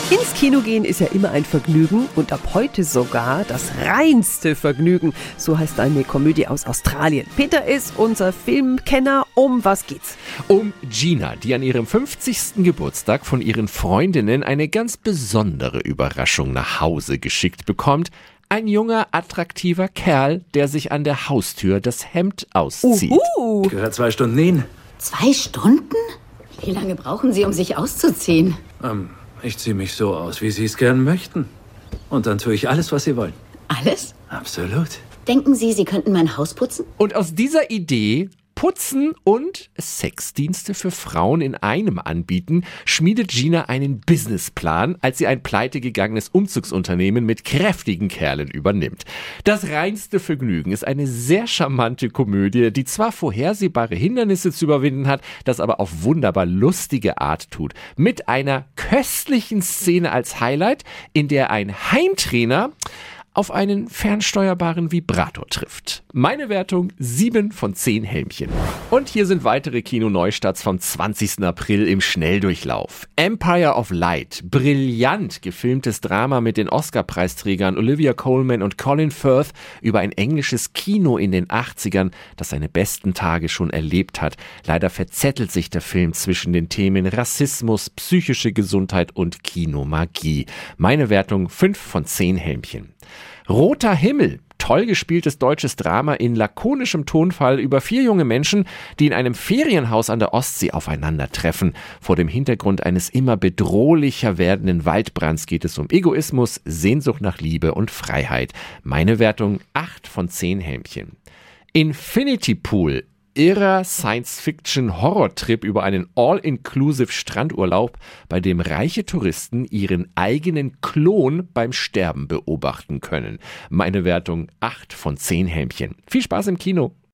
Ins Kino gehen ist ja immer ein Vergnügen und ab heute sogar das reinste Vergnügen. So heißt eine Komödie aus Australien. Peter ist unser Filmkenner. Um was geht's? Um Gina, die an ihrem 50. Geburtstag von ihren Freundinnen eine ganz besondere Überraschung nach Hause geschickt bekommt. Ein junger, attraktiver Kerl, der sich an der Haustür das Hemd auszieht. Ich gehöre 2 Stunden hin. 2 Stunden? Wie lange brauchen Sie, um sich auszuziehen? Ich ziehe mich so aus, wie Sie es gern möchten. Und dann tue ich alles, was Sie wollen. Alles? Absolut. Denken Sie, Sie könnten mein Haus putzen? Und aus dieser Idee, Putzen und Sexdienste für Frauen in einem anbieten, schmiedet Gina einen Businessplan, als sie ein pleitegegangenes Umzugsunternehmen mit kräftigen Kerlen übernimmt. Das reinste Vergnügen ist eine sehr charmante Komödie, die zwar vorhersehbare Hindernisse zu überwinden hat, das aber auf wunderbar lustige Art tut. Mit einer köstlichen Szene als Highlight, in der ein Heimtrainer auf einen fernsteuerbaren Vibrator trifft. Meine Wertung 7 von 10 Helmchen. Und hier sind weitere Kino-Neustarts vom 20. April im Schnelldurchlauf. Empire of Light, brillant gefilmtes Drama mit den Oscar-Preisträgern Olivia Colman und Colin Firth über ein englisches Kino in den 80ern, das seine besten Tage schon erlebt hat. Leider verzettelt sich der Film zwischen den Themen Rassismus, psychische Gesundheit und Kinomagie. Meine Wertung 5 von 10 Helmchen. Roter Himmel, toll gespieltes deutsches Drama in lakonischem Tonfall über 4 junge Menschen, die in einem Ferienhaus an der Ostsee aufeinandertreffen. Vor dem Hintergrund eines immer bedrohlicher werdenden Waldbrands geht es um Egoismus, Sehnsucht nach Liebe und Freiheit. Meine Wertung 8 von 10 Helmchen. Infinity Pool, irrer Science-Fiction-Horror-Trip über einen All-Inclusive Strandurlaub, bei dem reiche Touristen ihren eigenen Klon beim Sterben beobachten können. Meine Wertung 8 von 10 Helmchen. Viel Spaß im Kino!